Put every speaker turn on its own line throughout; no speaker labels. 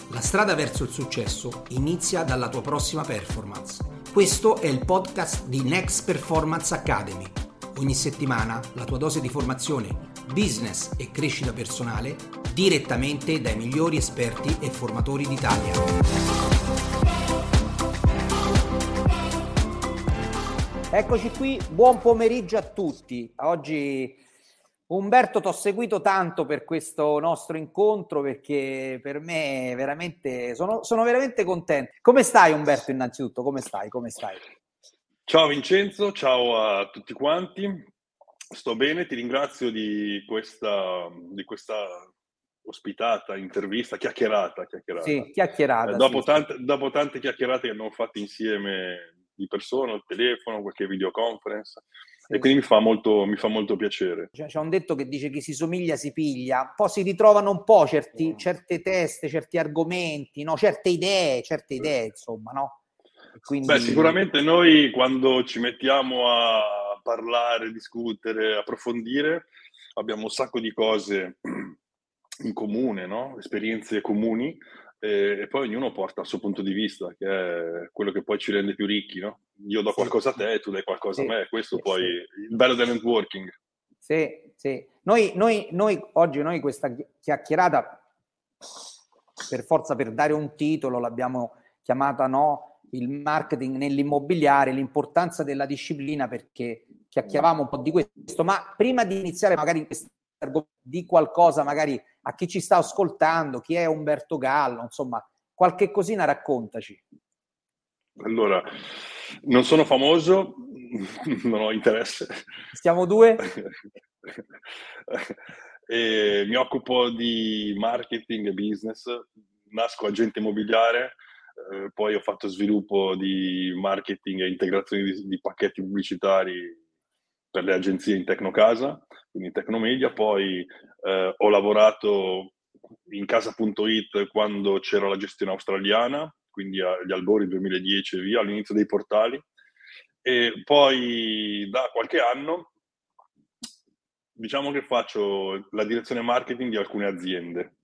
La strada verso il successo inizia dalla tua prossima performance. Questo è il podcast di Next Performance Academy. Ogni settimana la tua dose di formazione, business e crescita personale direttamente dai migliori esperti e formatori d'Italia. Eccoci qui, buon pomeriggio a tutti. Oggi Umberto t'ho seguito tanto per questo nostro incontro perché per me veramente sono veramente contento. Come stai Umberto innanzitutto? Come stai?
Ciao Vincenzo, ciao a tutti quanti. Sto bene, ti ringrazio di questa ospitata, intervista, chiacchierata.
Sì, chiacchierata.
Dopo
sì.
dopo tante chiacchierate che abbiamo fatto insieme di persona, al telefono, qualche videoconference,
Sì,
e quindi
sì.
mi fa molto piacere.
C'è un detto che dice chi si somiglia si piglia, un po' si ritrovano un po' certe teste, certi argomenti, no? Certe idee, insomma, no? E
Beh,
quindi
sicuramente noi quando ci mettiamo a parlare, discutere, approfondire, abbiamo un sacco di cose in comune, no? Esperienze comuni, e poi ognuno porta il suo punto di vista, che è quello che poi ci rende più ricchi, no? Io do
sì,
qualcosa a te, tu dai qualcosa a
sì,
me, questo
sì,
poi
sì.
il bello del networking.
Sì. Noi oggi questa chiacchierata, per forza, per dare un titolo, l'abbiamo chiamata, no? Il marketing nell'immobiliare, l'importanza della disciplina, perché chiacchieravamo un po' di questo, ma prima di iniziare magari in questo argomento, di qualcosa magari a chi ci sta ascoltando, chi è Umberto Gallo, insomma, qualche cosina raccontaci.
Allora, non sono famoso, non ho interesse.
Siamo due?
E mi occupo di marketing e business, nasco agente immobiliare, poi ho fatto sviluppo di marketing e integrazione di pacchetti pubblicitari per le agenzie in Tecnocasa, quindi in Tecnomedia, poi ho lavorato in Casa.it quando c'era la gestione australiana, quindi agli albori 2010 e via, all'inizio dei portali, e poi da qualche anno diciamo che faccio la direzione marketing di alcune aziende.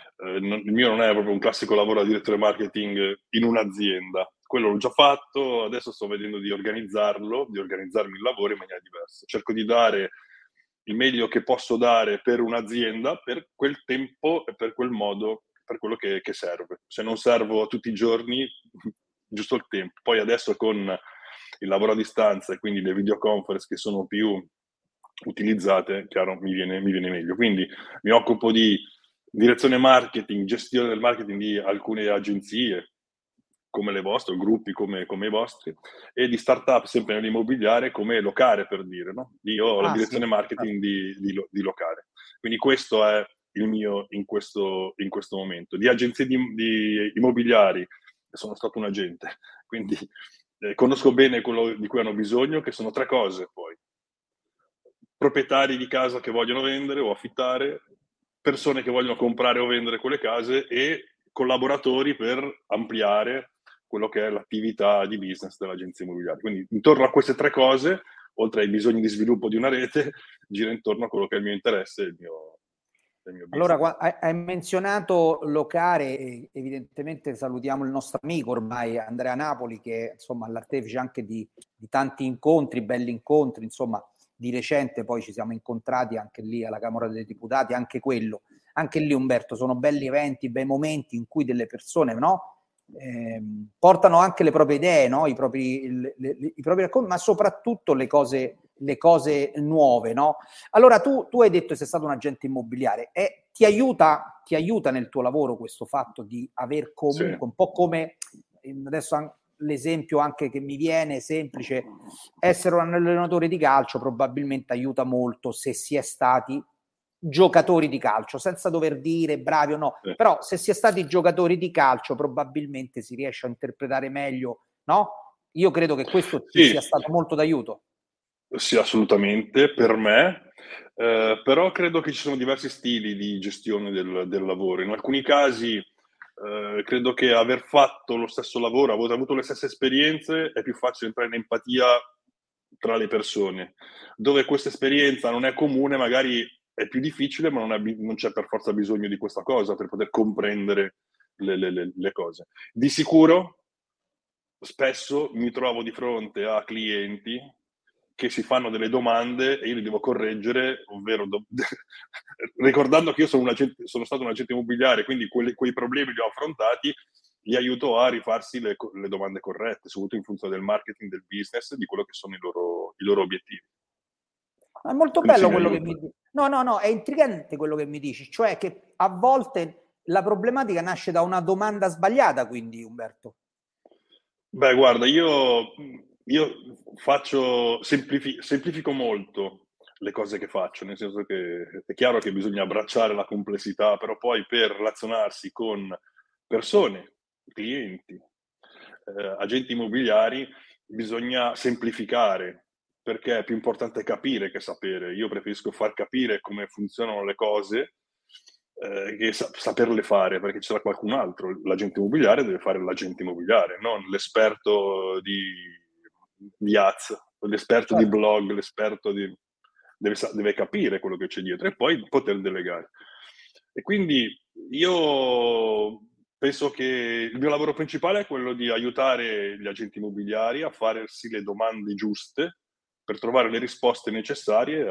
Il mio non è proprio un classico lavoro da direttore marketing in un'azienda, quello l'ho già fatto, adesso sto vedendo di organizzarmi il lavoro in maniera diversa. Cerco di dare il meglio che posso dare per un'azienda, per quel tempo e per quel modo, per quello che serve. Se non servo tutti i giorni, giusto il tempo. Poi adesso con il lavoro a distanza e quindi le videoconference che sono più utilizzate, chiaro, mi viene meglio. Quindi mi occupo di direzione marketing, gestione del marketing di alcune agenzie, come le vostre, gruppi come i vostri, e di startup sempre nell'immobiliare come Locare, per dire, no? Io ho la direzione
Sì.
marketing di Locare. Quindi questo è il mio in questo momento. Di agenzie di immobiliari sono stato un agente, quindi conosco bene quello di cui hanno bisogno, che sono tre cose poi. Proprietari di casa che vogliono vendere o affittare, persone che vogliono comprare o vendere quelle case e collaboratori per ampliare quello che è l'attività di business dell'agenzia immobiliare. Quindi intorno a queste tre cose, oltre ai bisogni di sviluppo di una rete, gira intorno a quello che è il mio interesse e il mio business.
Allora, hai menzionato Locare, e evidentemente salutiamo il nostro amico ormai Andrea Napoli, che insomma all'artefice anche di tanti incontri, belli incontri, insomma di recente poi ci siamo incontrati anche lì alla Camera dei Deputati, anche lì Umberto, sono belli eventi, bei momenti in cui delle persone, no? Portano anche le proprie idee, no? I propri racconti, ma soprattutto le cose nuove, no? Allora tu hai detto che sei stato un agente immobiliare e ti aiuta nel tuo lavoro questo fatto di aver comunque,
Sì.
un po' come adesso l'esempio anche che mi viene semplice, essere un allenatore di calcio probabilmente aiuta molto se si è stati giocatori di calcio, senza dover dire bravi o no, però se si è stati giocatori di calcio probabilmente si riesce a interpretare meglio, no? Io credo che questo ti sia stato molto d'aiuto.
Sì, assolutamente, per me, però credo che ci sono diversi stili di gestione del lavoro. In alcuni casi credo che aver fatto lo stesso lavoro, aver avuto le stesse esperienze, è più facile entrare in empatia tra le persone. Dove questa esperienza non è comune, magari è più difficile, ma non c'è per forza bisogno di questa cosa per poter comprendere le cose. Di sicuro spesso mi trovo di fronte a clienti che si fanno delle domande e io li devo correggere, ovvero ricordando che io sono stato un agente immobiliare, quindi quei problemi li ho affrontati, li aiuto a rifarsi le domande corrette, soprattutto in funzione del marketing, del business, di quello che sono i loro obiettivi.
È molto
Quindi sì,
bello
mi
quello che
aiuta.
mi dici. No, è intrigante quello che mi dici, cioè che a volte la problematica nasce da una domanda sbagliata, quindi Umberto.
Beh, guarda, io semplifico molto le cose che faccio, nel senso che è chiaro che bisogna abbracciare la complessità, però poi per relazionarsi con persone, clienti, agenti immobiliari, bisogna semplificare, perché è più importante capire che sapere. Io preferisco far capire come funzionano le cose che saperle fare, perché c'era qualcun altro. L'agente immobiliare deve fare l'agente immobiliare, non l'esperto di ads, l'esperto di
Certo.
blog, l'esperto di... Deve capire quello che c'è dietro e poi poter delegare. E quindi io penso che il mio lavoro principale è quello di aiutare gli agenti immobiliari a farsi le domande giuste per trovare le risposte necessarie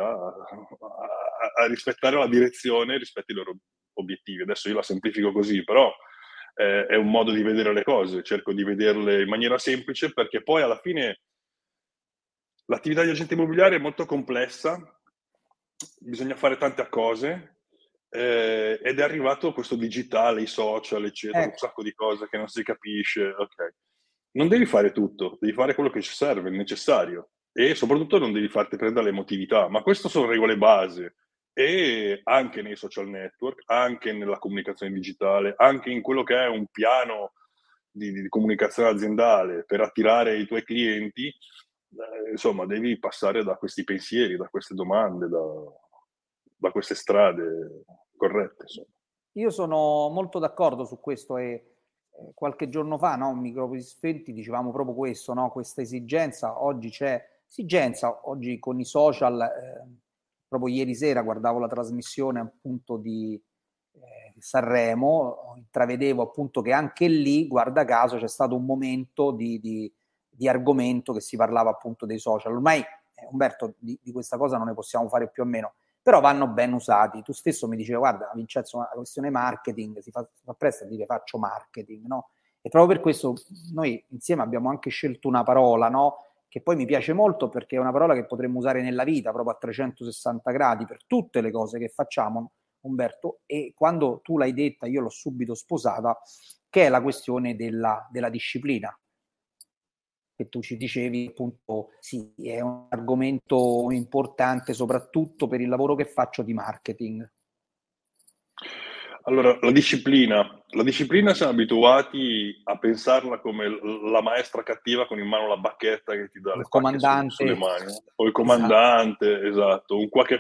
a rispettare la direzione rispetto ai loro obiettivi. Adesso io la semplifico così, però è un modo di vedere le cose, cerco di vederle in maniera semplice perché poi alla fine l'attività di agente immobiliare è molto complessa, bisogna fare tante cose ed è arrivato questo digitale, i social, eccetera, un
Ecco,
sacco di cose che non si capisce. Ok. Non devi fare tutto, devi fare quello che ci serve, il necessario e soprattutto non devi farti prendere l'emotività, ma queste sono regole base e anche nei social network, anche nella comunicazione digitale, anche in quello che è un piano di comunicazione aziendale per attirare i tuoi clienti, insomma, devi passare da questi pensieri, da queste domande, da queste strade corrette. Insomma.
io sono molto d'accordo su questo e qualche giorno fa, no, Microfoni Spenti, dicevamo proprio questo, no, questa esigenza, oggi c'è esigenza, oggi con i social, proprio ieri sera guardavo la trasmissione appunto di Sanremo, intravedevo appunto che anche lì, guarda caso, c'è stato un momento di argomento che si parlava appunto dei social. Ormai, Umberto, di questa cosa non ne possiamo fare più o meno, però vanno ben usati. Tu stesso mi dicevi, guarda, Vincenzo, la questione marketing si fa presto a dire faccio marketing, no? E proprio per questo noi insieme abbiamo anche scelto una parola, no? Che poi mi piace molto perché è una parola che potremmo usare nella vita, proprio a 360 gradi, per tutte le cose che facciamo, Umberto, e quando tu l'hai detta io l'ho subito sposata, che è la questione della disciplina, che tu ci dicevi, appunto, sì, è un argomento importante soprattutto per il lavoro che faccio di marketing.
Allora, la disciplina siamo abituati a pensarla come la maestra cattiva con in mano la bacchetta che ti dà le
Il
pacche sulle
comandante,
mani, o il
esatto.
comandante, esatto,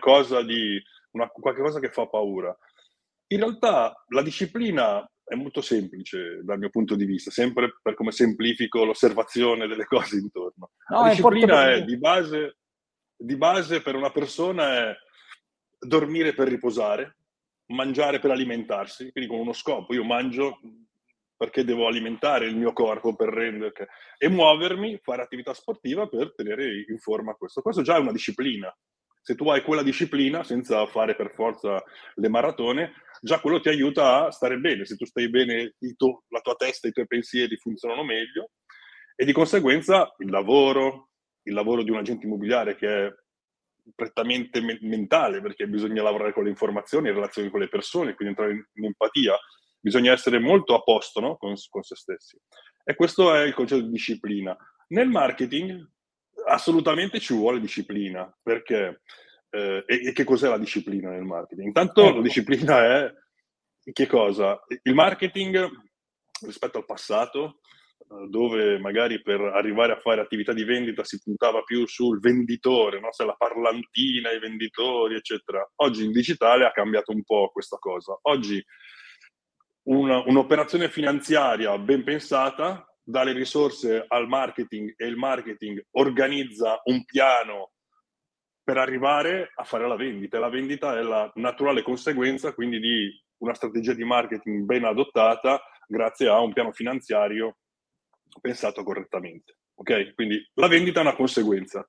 qualche cosa che fa paura. In realtà la disciplina è molto semplice dal mio punto di vista, sempre per come semplifico l'osservazione delle cose intorno. La
No, è importante
disciplina è
perché
di base per una persona è dormire per riposare, mangiare per alimentarsi, quindi con uno scopo. Io mangio perché devo alimentare il mio corpo per rendere e muovermi, fare attività sportiva per tenere in forma questo. Questo già è una disciplina. Se tu hai quella disciplina, senza fare per forza le maratone, già quello ti aiuta a stare bene. Se tu stai bene, la tua testa e i tuoi pensieri funzionano meglio e di conseguenza il lavoro di un agente immobiliare che è prettamente mentale, perché bisogna lavorare con le informazioni, in relazione con le persone, quindi entrare in empatia, bisogna essere molto a posto, no? con se stessi. E questo è il concetto di disciplina. Nel marketing assolutamente ci vuole disciplina, perché e che cos'è la disciplina nel marketing? Intanto la
ecco,
disciplina è che cosa? Il marketing rispetto al passato, dove magari per arrivare a fare attività di vendita si puntava più sul venditore, no? Se la parlantina, i venditori, eccetera. Oggi il digitale ha cambiato un po' questa cosa. Oggi un'operazione finanziaria ben pensata dà le risorse al marketing e il marketing organizza un piano per arrivare a fare la vendita. E la vendita è la naturale conseguenza quindi di una strategia di marketing ben adottata grazie a un piano finanziario pensato correttamente. Ok? Quindi la vendita è una conseguenza.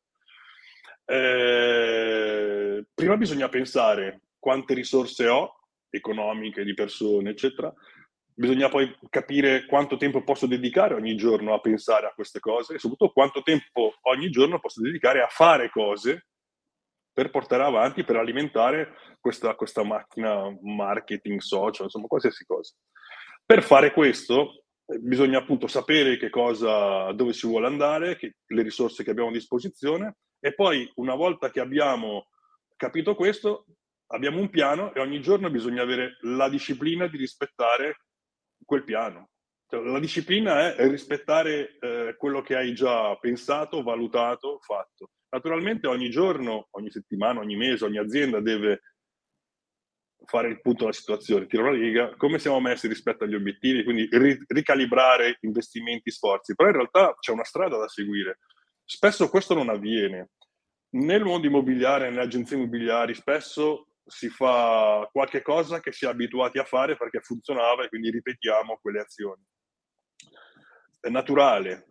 Prima bisogna pensare quante risorse ho, economiche, di persone, eccetera. Bisogna poi capire quanto tempo posso dedicare ogni giorno a pensare a queste cose e soprattutto quanto tempo ogni giorno posso dedicare a fare cose per portare avanti, per alimentare questa macchina marketing, social, insomma qualsiasi cosa. Per fare questo bisogna appunto sapere dove si vuole andare, le risorse che abbiamo a disposizione, e poi una volta che abbiamo capito questo, abbiamo un piano e ogni giorno bisogna avere la disciplina di rispettare quel piano. Cioè, la disciplina è rispettare quello che hai già pensato, valutato, fatto. Naturalmente ogni giorno, ogni settimana, ogni mese, ogni azienda deve fare il punto della situazione, tirare la riga, come siamo messi rispetto agli obiettivi, quindi ricalibrare investimenti, sforzi. Però in realtà c'è una strada da seguire. Spesso questo non avviene. Nel mondo immobiliare, nelle agenzie immobiliari, spesso si fa qualche cosa che si è abituati a fare perché funzionava e quindi ripetiamo quelle azioni. È naturale,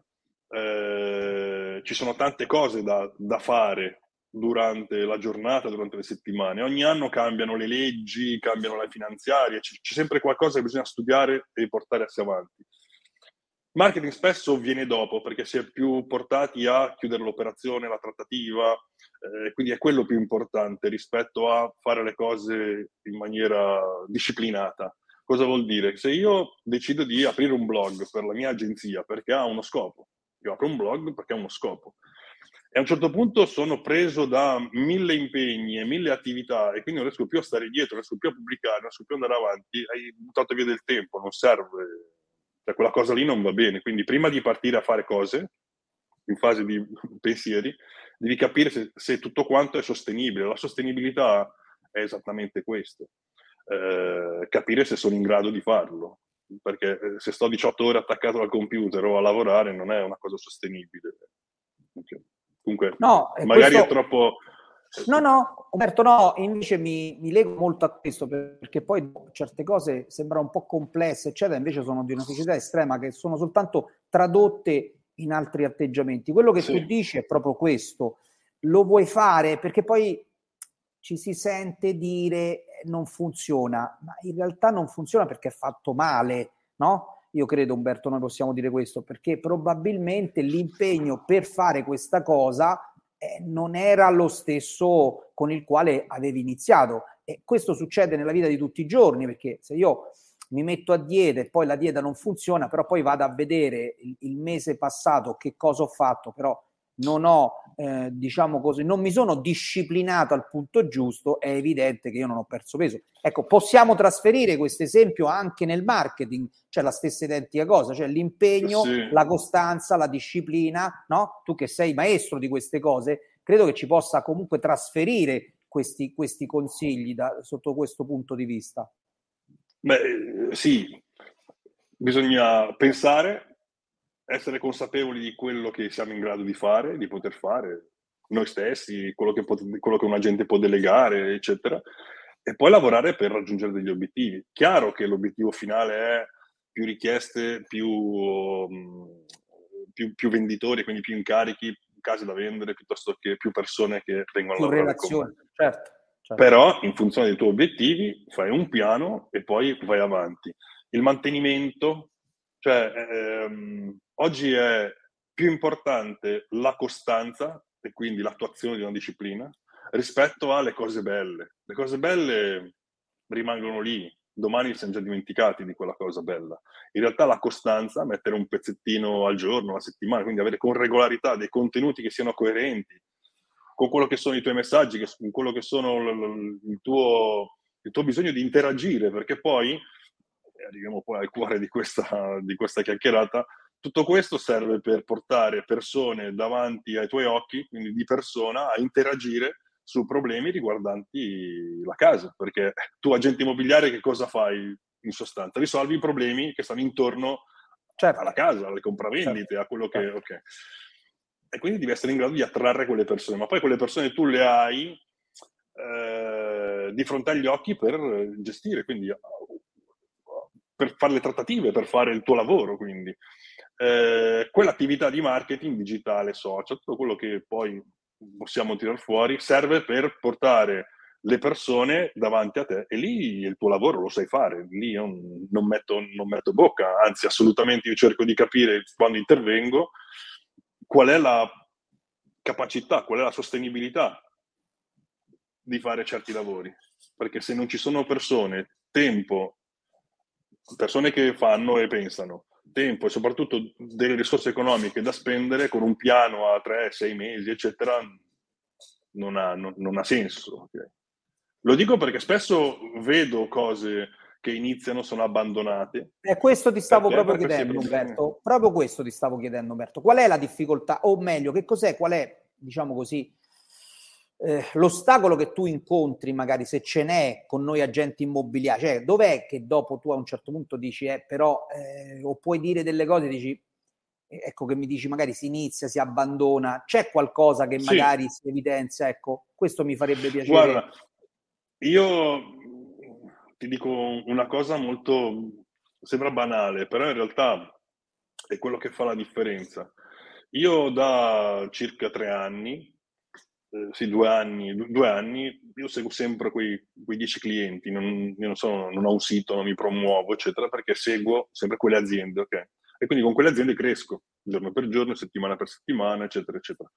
ci sono tante cose da fare durante la giornata, durante le settimane. Ogni anno cambiano le leggi, cambiano le finanziarie, c'è sempre qualcosa che bisogna studiare e portarsi avanti. Marketing spesso viene dopo perché si è più portati a chiudere l'operazione, la trattativa, quindi è quello più importante rispetto a fare le cose in maniera disciplinata. Cosa vuol dire? Se io decido di aprire un blog per la mia agenzia perché ha uno scopo, io apro un blog perché ha uno scopo, e a un certo punto sono preso da 1000 impegni e 1000 attività e quindi non riesco più a stare dietro, non riesco più a pubblicare, non riesco più ad andare avanti, hai buttato via del tempo, non serve, cioè quella cosa lì non va bene. Quindi prima di partire a fare cose, in fase di pensieri, devi capire se tutto quanto è sostenibile. La sostenibilità è esattamente questo, capire se sono in grado di farlo, perché se sto 18 ore attaccato al computer o a lavorare non è una cosa sostenibile. Okay. Comunque,
No,
magari è troppo...
No, Umberto, no, invece mi lego molto a questo perché poi certe cose sembrano un po' complesse, eccetera, invece sono di una semplicità estrema che sono soltanto tradotte in altri atteggiamenti. Quello che tu dici è proprio questo, lo vuoi fare perché poi ci si sente dire non funziona, ma in realtà non funziona perché è fatto male, no? Io credo, Umberto, noi possiamo dire questo, perché probabilmente l'impegno per fare questa cosa non era lo stesso con il quale avevi iniziato. E questo succede nella vita di tutti i giorni, perché se io mi metto a dieta e poi la dieta non funziona, però poi vado a vedere il mese passato che cosa ho fatto, però non ho, diciamo così, non mi sono disciplinato al punto giusto, è evidente che io non ho perso peso. Ecco, possiamo trasferire questo esempio anche nel marketing, cioè la stessa identica cosa, cioè l'impegno, la costanza, la disciplina, no? Tu che sei maestro di queste cose, credo che ci possa comunque trasferire questi consigli sotto questo punto di vista.
Beh, sì, bisogna pensare, essere consapevoli di quello che siamo in grado di fare, di poter fare noi stessi, quello che un agente può delegare, eccetera, e poi lavorare per raggiungere degli obiettivi. Chiaro che l'obiettivo finale è più richieste, più venditori, quindi più incarichi, case da vendere, piuttosto che più persone che vengono a lavorare con me.
Certo.
Però in funzione dei tuoi obiettivi fai un piano e poi vai avanti. Il mantenimento, cioè oggi è più importante la costanza e quindi l'attuazione di una disciplina rispetto alle cose belle. Le cose belle rimangono lì, domani siamo già dimenticati di quella cosa bella. In realtà la costanza, mettere un pezzettino al giorno, alla settimana, quindi avere con regolarità dei contenuti che siano coerenti con quello che sono i tuoi messaggi, con quello che sono il tuo bisogno di interagire, perché poi, arriviamo poi al cuore di questa chiacchierata, tutto questo serve per portare persone davanti ai tuoi occhi, quindi di persona, a interagire su problemi riguardanti la casa, perché tu agente immobiliare che cosa fai in sostanza? Risolvi i problemi che stanno intorno alla casa, alle compravendite, a quello che... Okay. E quindi devi essere in grado di attrarre quelle persone, ma poi quelle persone tu le hai di fronte agli occhi per gestire, quindi per fare le trattative, per fare il tuo lavoro, quindi. Quell'attività di marketing digitale, social, tutto quello che poi possiamo tirar fuori, serve per portare le persone davanti a te e lì il tuo lavoro lo sai fare, lì io non metto bocca, anzi assolutamente io cerco di capire quando intervengo qual è la capacità, qual è la sostenibilità di fare certi lavori, perché se non ci sono persone, tempo, persone che fanno e pensano, tempo e soprattutto delle risorse economiche da spendere con un piano a 3-6 mesi, eccetera, non ha senso. Okay? Lo dico perché spesso vedo cose che iniziano, sono abbandonate.
E questo ti stavo
Perché?
proprio
Per questi
chiedendo,
problemi.
Umberto. Proprio questo ti stavo chiedendo, Umberto. Qual è la difficoltà, o meglio, che cos'è, qual è, diciamo così, l'ostacolo che tu incontri, magari se ce n'è con noi agenti immobiliari? Cioè, dov'è che dopo tu a un certo punto dici, però, o puoi dire delle cose, dici, ecco, che mi dici, magari si inizia, si abbandona, c'è qualcosa che
Sì,
magari si evidenzia, ecco, questo mi farebbe piacere.
guarda, io ti dico una cosa molto, sembra banale, però in realtà è quello che fa la differenza. Io da circa 3 anni, sì, 2 anni, io seguo sempre quei 10 clienti, non ho un sito, non mi promuovo, eccetera, perché seguo sempre quelle aziende, ok? E quindi con quelle aziende cresco, giorno per giorno, settimana per settimana, eccetera, eccetera.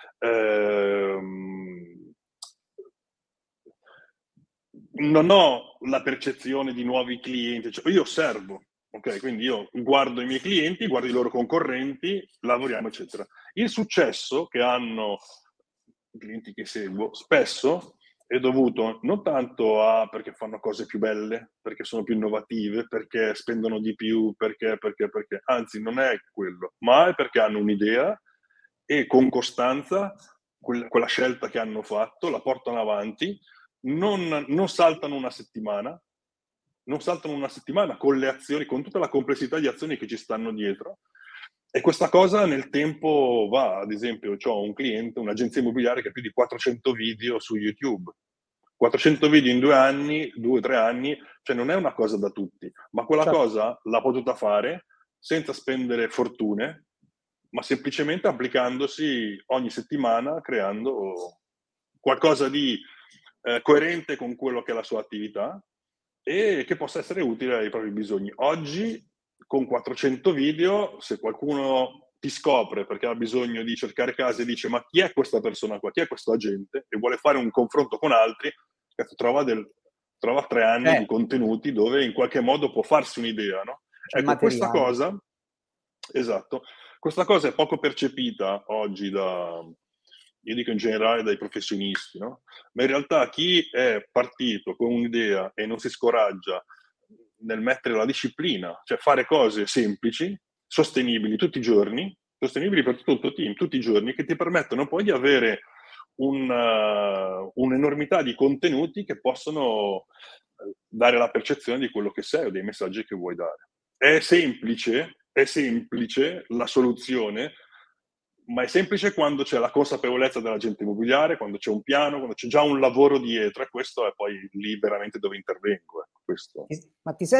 Non ho la percezione di nuovi clienti, cioè io osservo, ok? Quindi io guardo i miei clienti, guardo i loro concorrenti, lavoriamo, eccetera. Il successo che hanno i clienti che seguo spesso è dovuto non tanto a perché fanno cose più belle, perché sono più innovative, perché spendono di più, perché, anzi non è quello, ma è perché hanno un'idea e con costanza quella scelta che hanno fatto la portano avanti, non saltano una settimana, non saltano una settimana con le azioni, con tutta la complessità di azioni che ci stanno dietro. E questa cosa nel tempo va, ad esempio, ho un cliente, un'agenzia immobiliare che ha più di 400 video su YouTube. 400 video in 2 anni, 2 o 3 anni, cioè non è una cosa da tutti, ma quella
Certo.
cosa l'ha potuta fare senza spendere fortune, ma semplicemente applicandosi ogni settimana, creando qualcosa di coerente con quello che è la sua attività e che possa essere utile ai propri bisogni. Oggi, con 400 video, se qualcuno ti scopre perché ha bisogno di cercare case e dice ma chi è questa persona qua, chi è questo agente e vuole fare un confronto con altri, trova 3 anni di contenuti dove in qualche modo può farsi un'idea, no?
C'è
Ecco, questa
materiale.
cosa, esatto, questa cosa è poco percepita oggi io dico in generale dai professionisti, no? Ma in realtà chi è partito con un'idea e non si scoraggia nel mettere la disciplina, cioè fare cose semplici, sostenibili tutti i giorni, sostenibili per tutto il tuo team, tutti i giorni, che ti permettono poi di avere un'enormità di contenuti che possono dare la percezione di quello che sei o dei messaggi che vuoi dare. È semplice la soluzione, ma è semplice quando c'è la consapevolezza dell'agente immobiliare, quando c'è un piano, quando c'è già un lavoro dietro, e questo è poi lì veramente dove intervengo. Questo.
Ma ti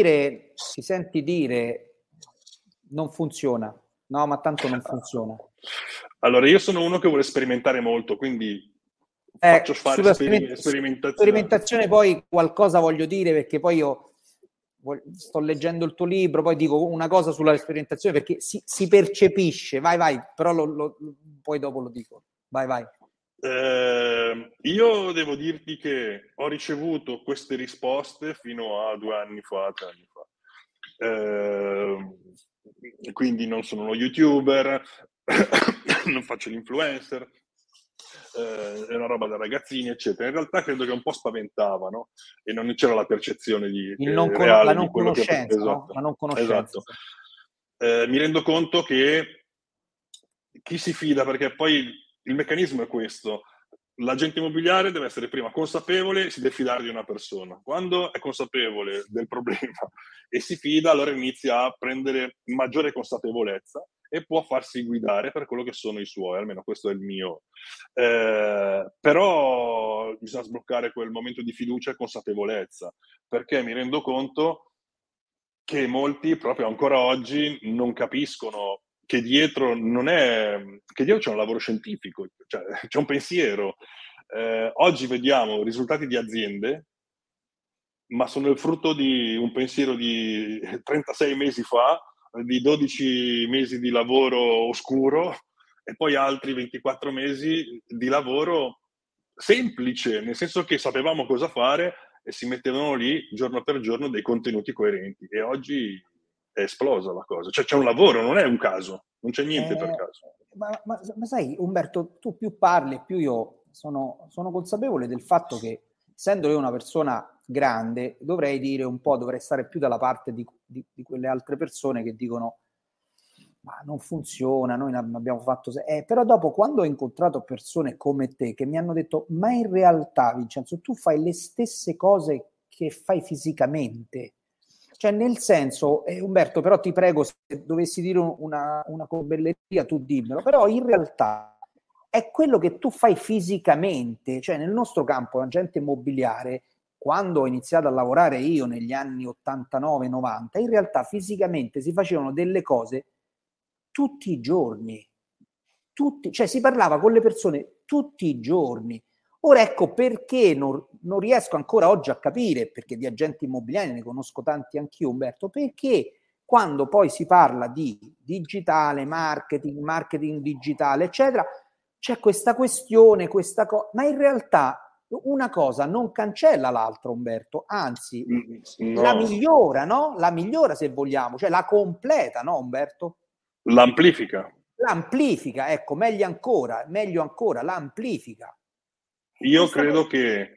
senti dire non funziona? No, ma tanto non funziona.
Allora, io sono uno che vuole sperimentare molto, quindi faccio fare
Sulla
sperimentazioni.
sperimentazione poi qualcosa voglio dire, perché poi io sto leggendo il tuo libro, poi dico una cosa sulla sperimentazione, perché si percepisce, vai, però poi dopo lo dico, vai.
Io devo dirti che ho ricevuto queste risposte fino a 2 anni fa, 3 anni fa. Quindi non sono uno youtuber, non faccio l'influencer, è una roba da ragazzini, eccetera. In realtà credo che un po' spaventavano e non c'era la percezione
La
reale di
non
quello che...
conoscenza, no? La
Esatto,
non conoscenza.
esatto. Mi rendo conto che chi si fida, perché poi il meccanismo è questo: l'agente immobiliare deve essere prima consapevole, si deve fidare di una persona. Quando è consapevole del problema e si fida, allora inizia a prendere maggiore consapevolezza e può farsi guidare per quello che sono i suoi, almeno questo è il mio. Però bisogna sbloccare quel momento di fiducia e consapevolezza, perché mi rendo conto che molti proprio ancora oggi non capiscono che dietro c'è un lavoro scientifico, cioè c'è un pensiero. Oggi vediamo risultati di aziende, ma sono il frutto di un pensiero di 36 mesi fa, di 12 mesi di lavoro oscuro e poi altri 24 mesi di lavoro semplice, nel senso che sapevamo cosa fare e si mettevano lì giorno per giorno dei contenuti coerenti. E oggi è esplosa la cosa. Cioè c'è un lavoro, non è un caso, non c'è niente per caso.
Ma sai, Umberto, tu più parli e più io sono consapevole del fatto che, essendo io una persona grande, dovrei stare più dalla parte di quelle altre persone che dicono ma non funziona, noi abbiamo fatto... però dopo, quando ho incontrato persone come te che mi hanno detto ma in realtà, Vincenzo, tu fai le stesse cose che fai fisicamente. Cioè, nel senso, Umberto, però ti prego, se dovessi dire una corbelleria, tu dimmelo, però in realtà è quello che tu fai fisicamente. Cioè, nel nostro campo, agente immobiliare, quando ho iniziato a lavorare io negli anni 89-90, in realtà fisicamente si facevano delle cose tutti i giorni, cioè si parlava con le persone tutti i giorni. Ora ecco perché non riesco ancora oggi a capire, perché di agenti immobiliari ne conosco tanti anch'io, Umberto, perché quando poi si parla di digitale, marketing digitale, eccetera, c'è questa questione, ma in realtà una cosa non cancella l'altra, Umberto, anzi la
No,
migliora, no? La migliora se vogliamo, cioè la completa, no, Umberto?
l'amplifica.
L'amplifica, ecco, meglio ancora, l'amplifica.
Io credo che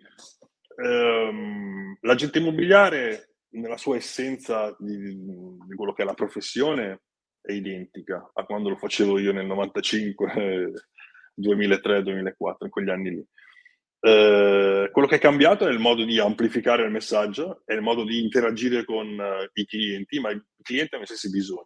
l'agente immobiliare, nella sua essenza di quello che è la professione, è identica a quando lo facevo io nel 95, 2003, 2004, in quegli anni lì. Quello che è cambiato è il modo di amplificare il messaggio, è il modo di interagire con i clienti, ma i clienti hanno gli stessi bisogni.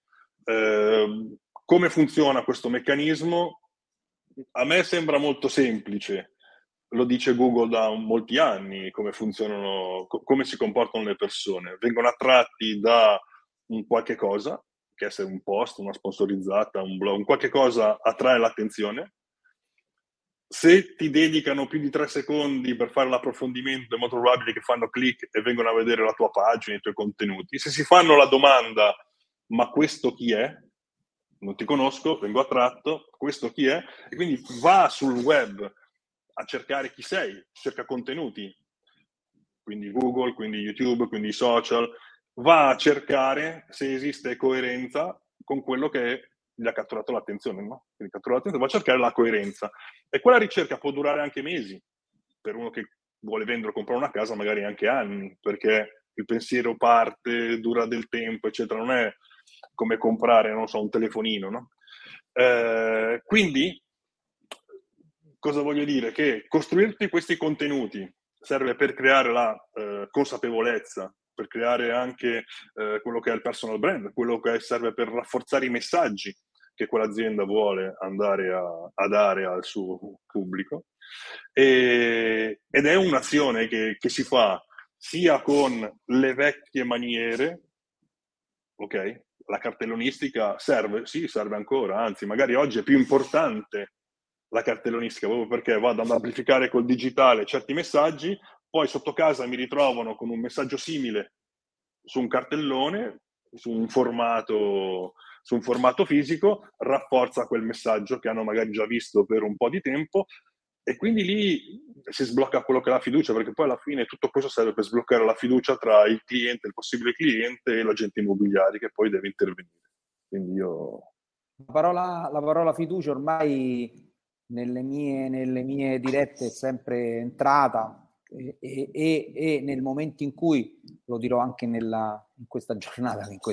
Come funziona questo meccanismo? A me sembra molto semplice, lo dice Google da molti anni, come funzionano, come si comportano le persone. Vengono attratti da un qualche cosa, che essere un post, una sponsorizzata, un blog, un qualche cosa attrae l'attenzione. Se ti dedicano più di 3 secondi per fare l'approfondimento, è molto probabile che fanno click e vengono a vedere la tua pagina, i tuoi contenuti. Se si fanno la domanda, ma questo chi è? Non ti conosco, vengo attratto, questo chi è? E quindi va sul web a cercare chi sei, cerca contenuti, quindi Google, quindi YouTube, quindi i social, va a cercare se esiste coerenza con quello che gli ha catturato l'attenzione, no? Quindi va a cercare la coerenza. E quella ricerca può durare anche mesi, per uno che vuole vendere o comprare una casa, magari anche anni, perché il pensiero parte, dura del tempo, eccetera, non è come comprare, non so, un telefonino, no? Quindi, cosa voglio dire? Che costruirti questi contenuti serve per creare la consapevolezza, per creare anche quello che è il personal brand, quello che serve per rafforzare i messaggi che quell'azienda vuole andare a dare al suo pubblico. Ed è un'azione che si fa sia con le vecchie maniere, ok? La cartellonistica serve? Sì, serve ancora, anzi, magari oggi è più importante la cartellonistica, proprio perché vado ad amplificare col digitale certi messaggi, poi sotto casa mi ritrovano con un messaggio simile su un cartellone, su un formato fisico, rafforza quel messaggio che hanno magari già visto per un po' di tempo e quindi lì si sblocca quello che è la fiducia, perché poi alla fine tutto questo serve per sbloccare la fiducia tra il cliente, il possibile cliente e l'agente immobiliare che poi deve intervenire. Quindi io...
La parola fiducia ormai nelle mie dirette è sempre entrata e nel momento in cui, lo dirò anche in questa giornata, in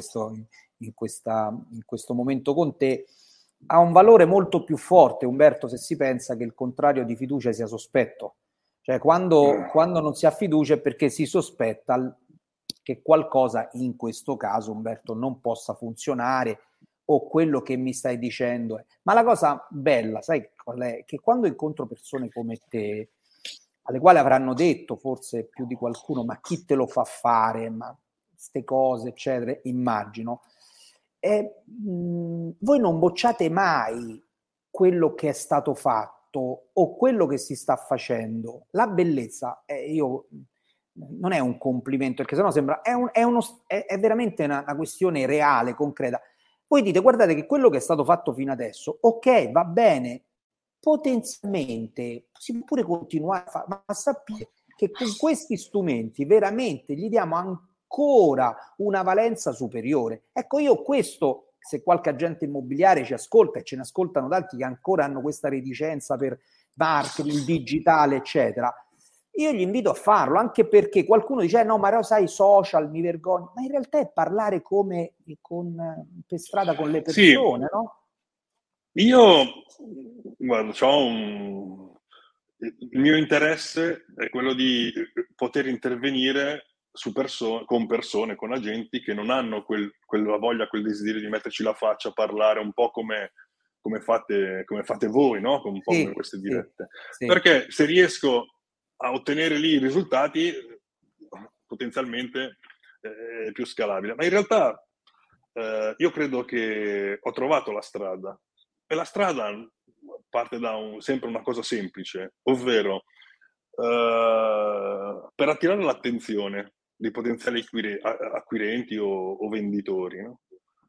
questo momento con te, ha un valore molto più forte, Umberto, se si pensa che il contrario di fiducia sia sospetto. Cioè quando non si ha fiducia è perché si sospetta che qualcosa, in questo caso, Umberto, non possa funzionare o quello che mi stai dicendo. Ma la cosa bella, sai qual è? Che quando incontro persone come te, alle quali avranno detto forse più di qualcuno, ma chi te lo fa fare? Ma queste cose, eccetera, immagino. Voi non bocciate mai quello che è stato fatto o quello che si sta facendo. La bellezza, non è un complimento, perché sennò sembra, è veramente una questione reale, concreta. Voi dite, guardate che quello che è stato fatto fino adesso, ok, va bene, potenzialmente si può pure continuare a fare, ma sappiate che con questi strumenti veramente gli diamo ancora una valenza superiore. Ecco, io questo, se qualche agente immobiliare ci ascolta, e ce ne ascoltano tanti che ancora hanno questa reticenza per marketing, digitale, eccetera, io gli invito a farlo, anche perché qualcuno dice no, ma sai, social, mi vergogno, ma in realtà è parlare come per strada con le persone,
Sì,
no?
io, guarda, il mio interesse è quello di poter intervenire con persone, con agenti che non hanno quella voglia, quel desiderio di metterci la faccia, parlare un po' come fate voi, no? Un po' come
Sì,
queste
sì,
dirette.
sì.
Perché se riesco a ottenere lì i risultati, potenzialmente è più scalabile. Ma in realtà io credo che ho trovato la strada. E la strada parte da sempre una cosa semplice, ovvero per attirare l'attenzione di potenziali acquirenti o venditori, no?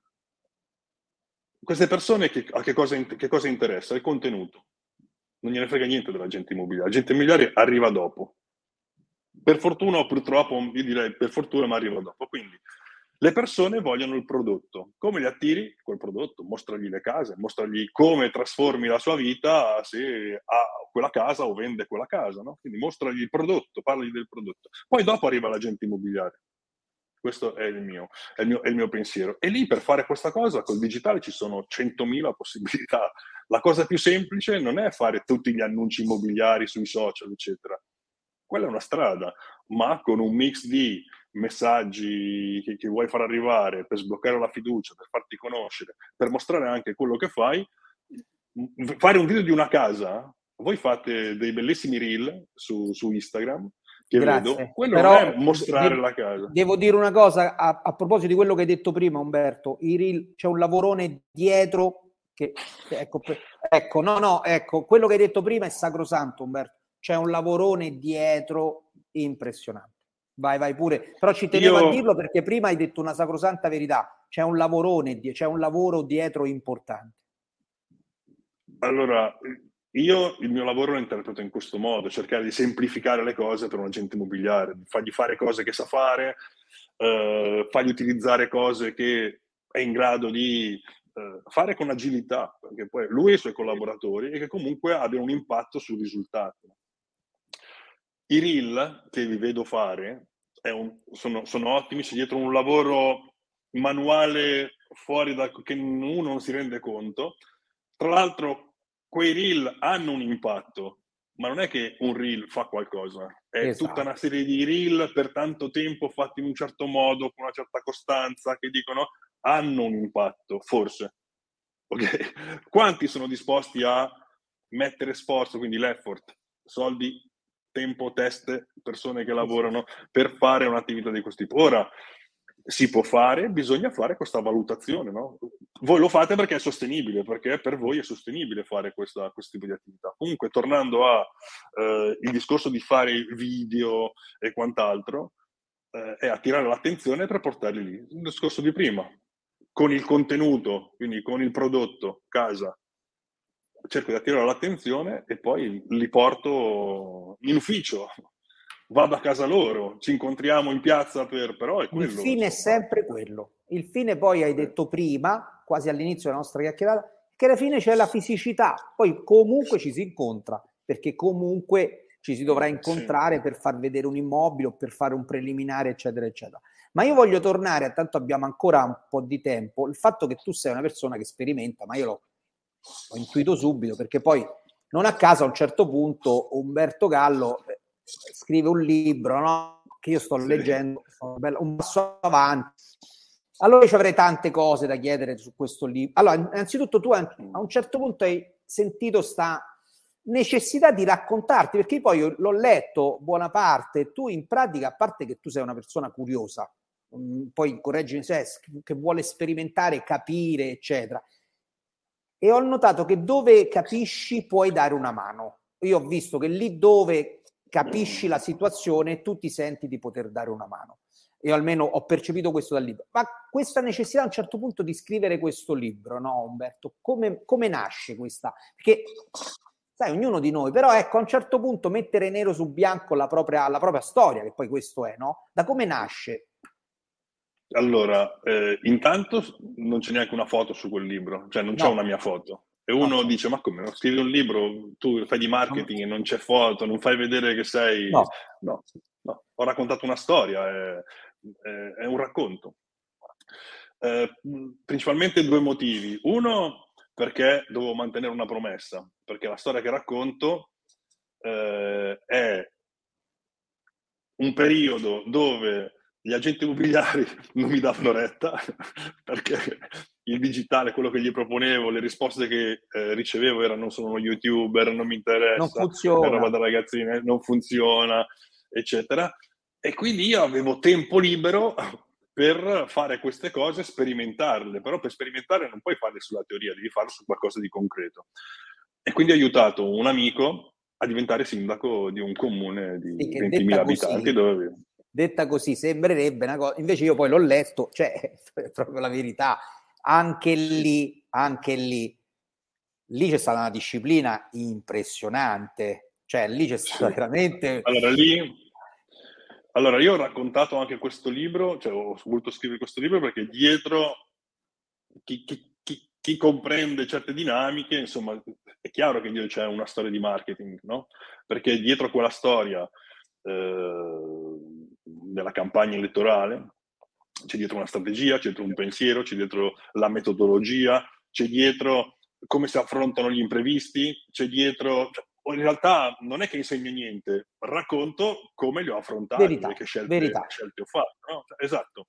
Queste persone che cosa interessa? Il contenuto. Non gliene frega niente dell'agente immobiliare. L'agente immobiliare arriva dopo. Per fortuna o purtroppo, io direi per fortuna, ma arriva dopo. Quindi le persone vogliono il prodotto. Come li attiri? Quel prodotto. Mostragli le case, mostragli come trasformi la sua vita se ha quella casa o vende quella casa, no? Quindi mostragli il prodotto, parlagli del prodotto. Poi dopo arriva l'agente immobiliare. Questo è il mio pensiero. E lì per fare questa cosa col digitale ci sono 100.000 possibilità. La cosa più semplice non è fare tutti gli annunci immobiliari sui social, eccetera. Quella è una strada, ma con un mix di messaggi che vuoi far arrivare per sbloccare la fiducia, per farti conoscere, per mostrare anche quello che fai. Fare un video di una casa, voi fate dei bellissimi reel su Instagram, che vedo,
Grazie.
quello non
Però
è mostrare la casa.
devo dire una cosa a proposito di quello che hai detto prima, Umberto. C'è un lavorone dietro ecco, ecco, quello che hai detto prima è sacrosanto, Umberto. C'è un lavorone dietro impressionante. Vai pure. Però ci tenevo a dirlo perché prima hai detto una sacrosanta verità. C'è un lavoro dietro importante.
Allora, io il mio lavoro lo interpreto in questo modo, cercare di semplificare le cose per un agente immobiliare, fargli fare cose che sa fare, fargli utilizzare cose che è in grado di fare con agilità, perché poi lui e i suoi collaboratori, e che comunque abbiano un impatto sul risultato. I reel che vi vedo fare sono ottimi, c'è dietro un lavoro manuale che uno non si rende conto. Tra l'altro, quei reel hanno un impatto, ma non è che un reel fa qualcosa, è tutta una
Esatto.
serie di reel per tanto tempo fatti in un certo modo, con una certa costanza, che dicono hanno un impatto, forse. Okay? Quanti sono disposti a mettere sforzo, quindi l'effort, soldi, tempo, teste, persone che lavorano per fare un'attività di questo tipo? Ora, si può fare, bisogna fare questa valutazione, no? Voi lo fate perché è sostenibile, perché per voi è sostenibile fare questo tipo di attività. Comunque, tornando il discorso di fare video e quant'altro, è attirare l'attenzione per portarli lì. Il discorso di prima, con il contenuto, quindi con il prodotto, casa, cerco di attirare l'attenzione e poi li porto in ufficio, vado a casa loro, ci incontriamo in piazza però è
Il
quello che
fine è
sto facendo.
sempre quello. Il fine poi hai detto prima, quasi all'inizio della nostra chiacchierata, che alla fine c'è la fisicità, poi comunque ci si incontra, perché comunque ci si dovrà incontrare
Sì.
per far vedere un immobile o per fare un preliminare, eccetera, eccetera. Ma io voglio tornare, tanto abbiamo ancora un po' di tempo, il fatto che tu sei una persona che sperimenta, ma io l'ho intuito subito, perché poi non a caso a un certo punto Umberto Gallo scrive un libro, no? Che io sto leggendo, un passo avanti. Allora io ci avrei tante cose da chiedere su questo libro. Allora, innanzitutto tu a un certo punto hai sentito sta necessità di raccontarti, perché poi io l'ho letto buona parte, tu in pratica, a parte che tu sei una persona curiosa, poi correggimi se che vuole sperimentare, capire, eccetera. E ho notato che dove capisci puoi dare una mano. Io ho visto che lì dove capisci la situazione tu ti senti di poter dare una mano. Io almeno ho percepito questo dal libro. Ma questa necessità a un certo punto di scrivere questo libro, no Umberto? Come nasce questa? Perché sai, ognuno di noi, però ecco, a un certo punto mettere nero su bianco la propria storia, che poi questo è, no? Da come nasce?
Allora, intanto non c'è neanche una foto su quel libro, cioè non c'è una mia foto. E uno dice, ma come, scrivi un libro, tu fai di marketing e non c'è foto, non fai vedere che sei... No, ho raccontato una storia, è un racconto. Principalmente due motivi. Uno, perché dovevo mantenere una promessa, perché la storia che racconto è un periodo dove gli agenti immobiliari non mi davano retta perché il digitale, quello che gli proponevo, le risposte che ricevevo erano sono uno youtuber, non mi interessa, è roba da ragazzine, non funziona, eccetera. E quindi io avevo tempo libero per fare queste cose, sperimentarle, però per sperimentare non puoi farle sulla teoria, devi farlo su qualcosa di concreto. E quindi ho aiutato un amico a diventare sindaco di un comune di 20.000 abitanti.
Detta così sembrerebbe una cosa, invece io poi l'ho letto, cioè è proprio la verità. Anche lì c'è stata una disciplina impressionante, cioè lì c'è stata veramente...
Allora, io ho raccontato anche questo libro, cioè ho voluto scrivere questo libro perché dietro chi comprende certe dinamiche, insomma, è chiaro che c'è una storia di marketing, no? Perché dietro quella storia della campagna elettorale c'è dietro una strategia, c'è dietro un pensiero, c'è dietro la metodologia, c'è dietro come si affrontano gli imprevisti, c'è dietro... Cioè, in realtà non è che insegno niente, racconto come li ho affrontati e che scelte ho fatto. No? Esatto.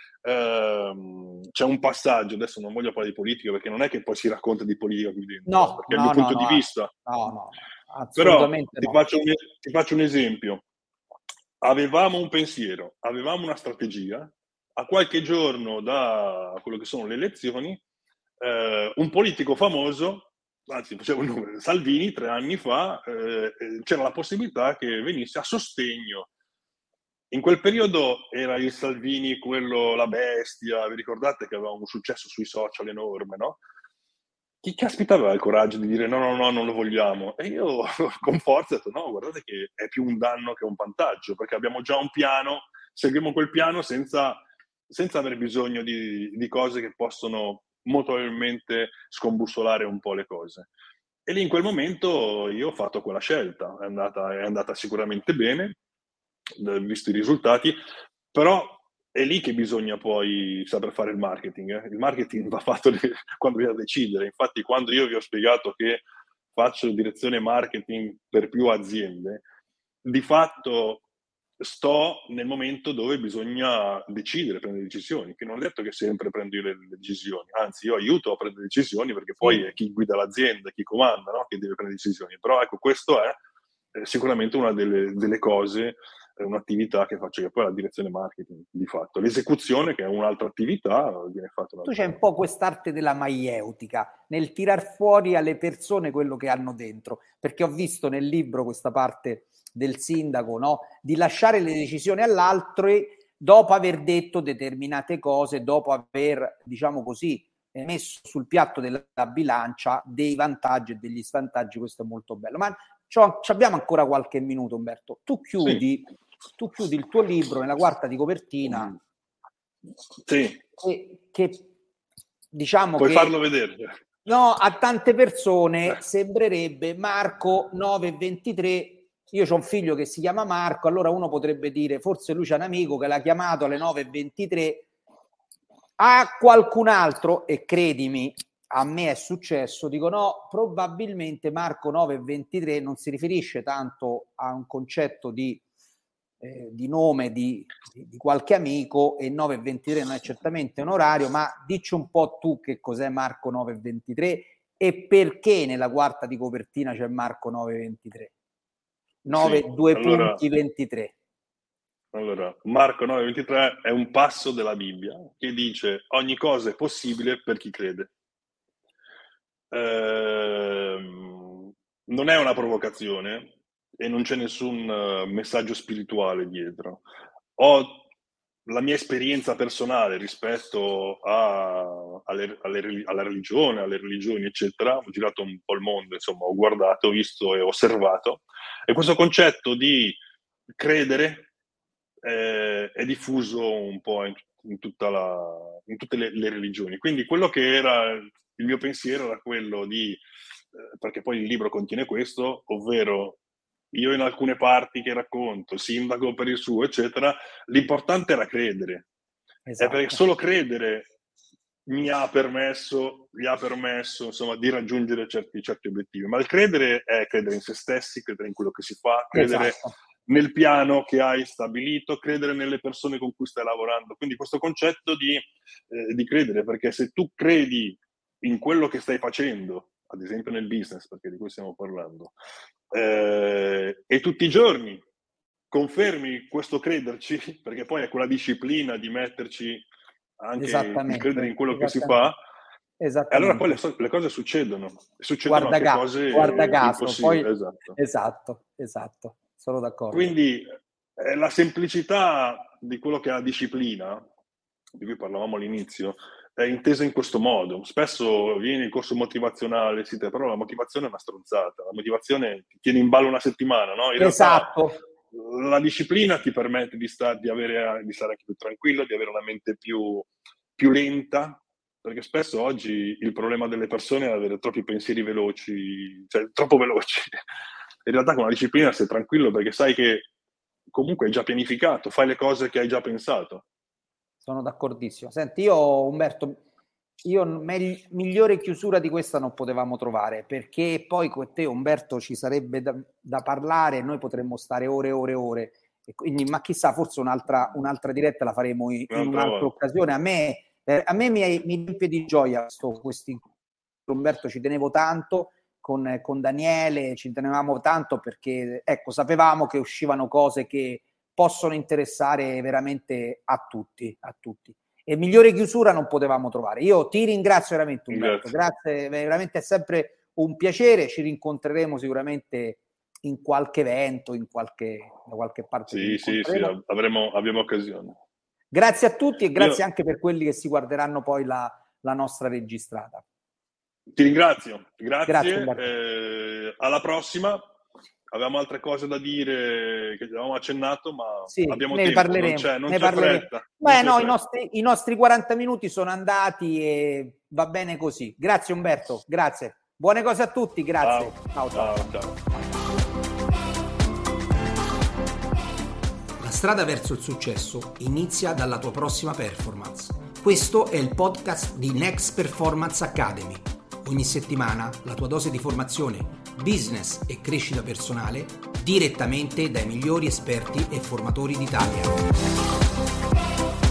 C'è un passaggio, adesso non voglio parlare di politica perché non è che poi si racconta di politica qui dentro, perché il mio punto di vista...
assolutamente
però ti faccio un esempio. Avevamo un pensiero, avevamo una strategia, a qualche giorno da quello che sono le elezioni, un politico famoso, anzi facevo un numero, Salvini 3 anni fa, c'era la possibilità che venisse a sostegno. In quel periodo era il Salvini, quello, la bestia, vi ricordate che aveva un successo sui social enorme, no? Chi caspita aveva il coraggio di dire no, non lo vogliamo? E io con forza ho detto no, guardate che è più un danno che un vantaggio, perché abbiamo già un piano, seguiamo quel piano senza aver bisogno di cose che possono molto probabilmente scombussolare un po' le cose. E lì in quel momento io ho fatto quella scelta, è andata sicuramente bene, visto i risultati, però è lì che bisogna poi saper fare il marketing. Il marketing va fatto quando bisogna decidere. Infatti quando io vi ho spiegato che faccio direzione marketing per più aziende, di fatto sto nel momento dove bisogna decidere, prendere decisioni, che non è detto che sempre prendo io le decisioni, anzi io aiuto a prendere decisioni perché poi è chi guida l'azienda, chi comanda, no? Che deve prendere decisioni. Però ecco, questo è sicuramente una delle cose, un'attività che faccio io, poi la direzione marketing di fatto. L'esecuzione, che è un'altra attività, viene fatta
tu c'è un po' quest'arte della maieutica, nel tirar fuori alle persone quello che hanno dentro, perché ho visto nel libro questa parte del sindaco, no? Di lasciare le decisioni all'altro dopo aver detto determinate cose, dopo aver, diciamo così, messo sul piatto della bilancia dei vantaggi e degli svantaggi. Questo è molto bello. Ma abbiamo ancora qualche minuto, Umberto. Tu chiudi il tuo libro nella quarta di copertina.
Sì.
Che diciamo
puoi
che
farlo vedere.
No, a tante persone sembrerebbe Marco 9:23. Io ho un figlio che si chiama Marco, allora uno potrebbe dire forse lui c'è un amico che l'ha chiamato alle 9:23. A qualcun altro, e credimi, a me è successo, dico no, probabilmente Marco 9:23 non si riferisce tanto a un concetto di nome di qualche amico, e 9:23 non è certamente un orario, ma dici un po' tu che cos'è Marco 9:23 e perché nella quarta di copertina c'è Marco 9:23. 9
sì,
2
allora,
punti 23.
Allora, Marco 9:23 è un passo della Bibbia che dice: ogni cosa è possibile per chi crede. Non è una provocazione e non c'è nessun messaggio spirituale dietro. Ho la mia esperienza personale rispetto alla religione, alle religioni, eccetera. Ho girato un po' il mondo, insomma, ho guardato, visto e osservato. E questo concetto di credere è diffuso un po' in tutte le religioni. Quindi quello che era il mio pensiero era quello di, perché poi il libro contiene questo, ovvero io in alcune parti che racconto, sindaco per il suo, eccetera, l'importante era credere.
Esatto.
È perché solo credere mi ha permesso insomma, di raggiungere certi obiettivi. Ma il credere è credere in se stessi, credere in quello che si fa, credere nel piano che hai stabilito, credere nelle persone con cui stai lavorando. Quindi questo concetto di credere, perché se tu credi in quello che stai facendo, ad esempio nel business, perché di cui stiamo parlando, e tutti i giorni confermi questo crederci, perché poi è quella disciplina di metterci anche il credere in quello che si fa, e allora poi le cose succedono anche cose
guarda caso,
impossibili.
poi, esatto, sono d'accordo.
Quindi la semplicità di quello che è la disciplina, di cui parlavamo all'inizio, è intesa in questo modo. Spesso viene il corso motivazionale, però la motivazione è una stronzata, la motivazione ti tiene in ballo una settimana, no? In realtà, la disciplina ti permette di stare anche più tranquillo, di avere una mente più lenta, perché spesso oggi il problema delle persone è avere troppi pensieri veloci, cioè troppo veloci. In realtà con la disciplina sei tranquillo perché sai che comunque hai già pianificato, fai le cose che hai già pensato.
Sono d'accordissimo. Senti, Umberto, migliore chiusura di questa non potevamo trovare, perché poi con te, Umberto, ci sarebbe da parlare e noi potremmo stare ore, e quindi, ma chissà, forse un'altra diretta la faremo in un'altra occasione. A me mi riempie di gioia questo incontro, Umberto, ci tenevo tanto con Daniele, ci tenevamo tanto perché, ecco, sapevamo che uscivano cose che possono interessare veramente a tutti. E migliore chiusura non potevamo trovare. Io ti ringrazio veramente, Umberto. Grazie, veramente è sempre un piacere. Ci rincontreremo sicuramente in qualche evento, da qualche parte.
Sì, abbiamo occasione.
Grazie a tutti e grazie anche per quelli che si guarderanno poi la nostra registrata.
Ti ringrazio. Grazie alla prossima. Avevamo altre cose da dire che avevamo accennato, ma abbiamo tempo,
parleremo,
non c'è fretta.
I nostri 40 minuti sono andati e va bene così. Grazie Umberto, grazie. Buone cose a tutti, grazie. Ciao. La strada verso il successo inizia dalla tua prossima performance. Questo è il podcast di Next Performance Academy. Ogni settimana la tua dose di formazione, business e crescita personale direttamente dai migliori esperti e formatori d'Italia.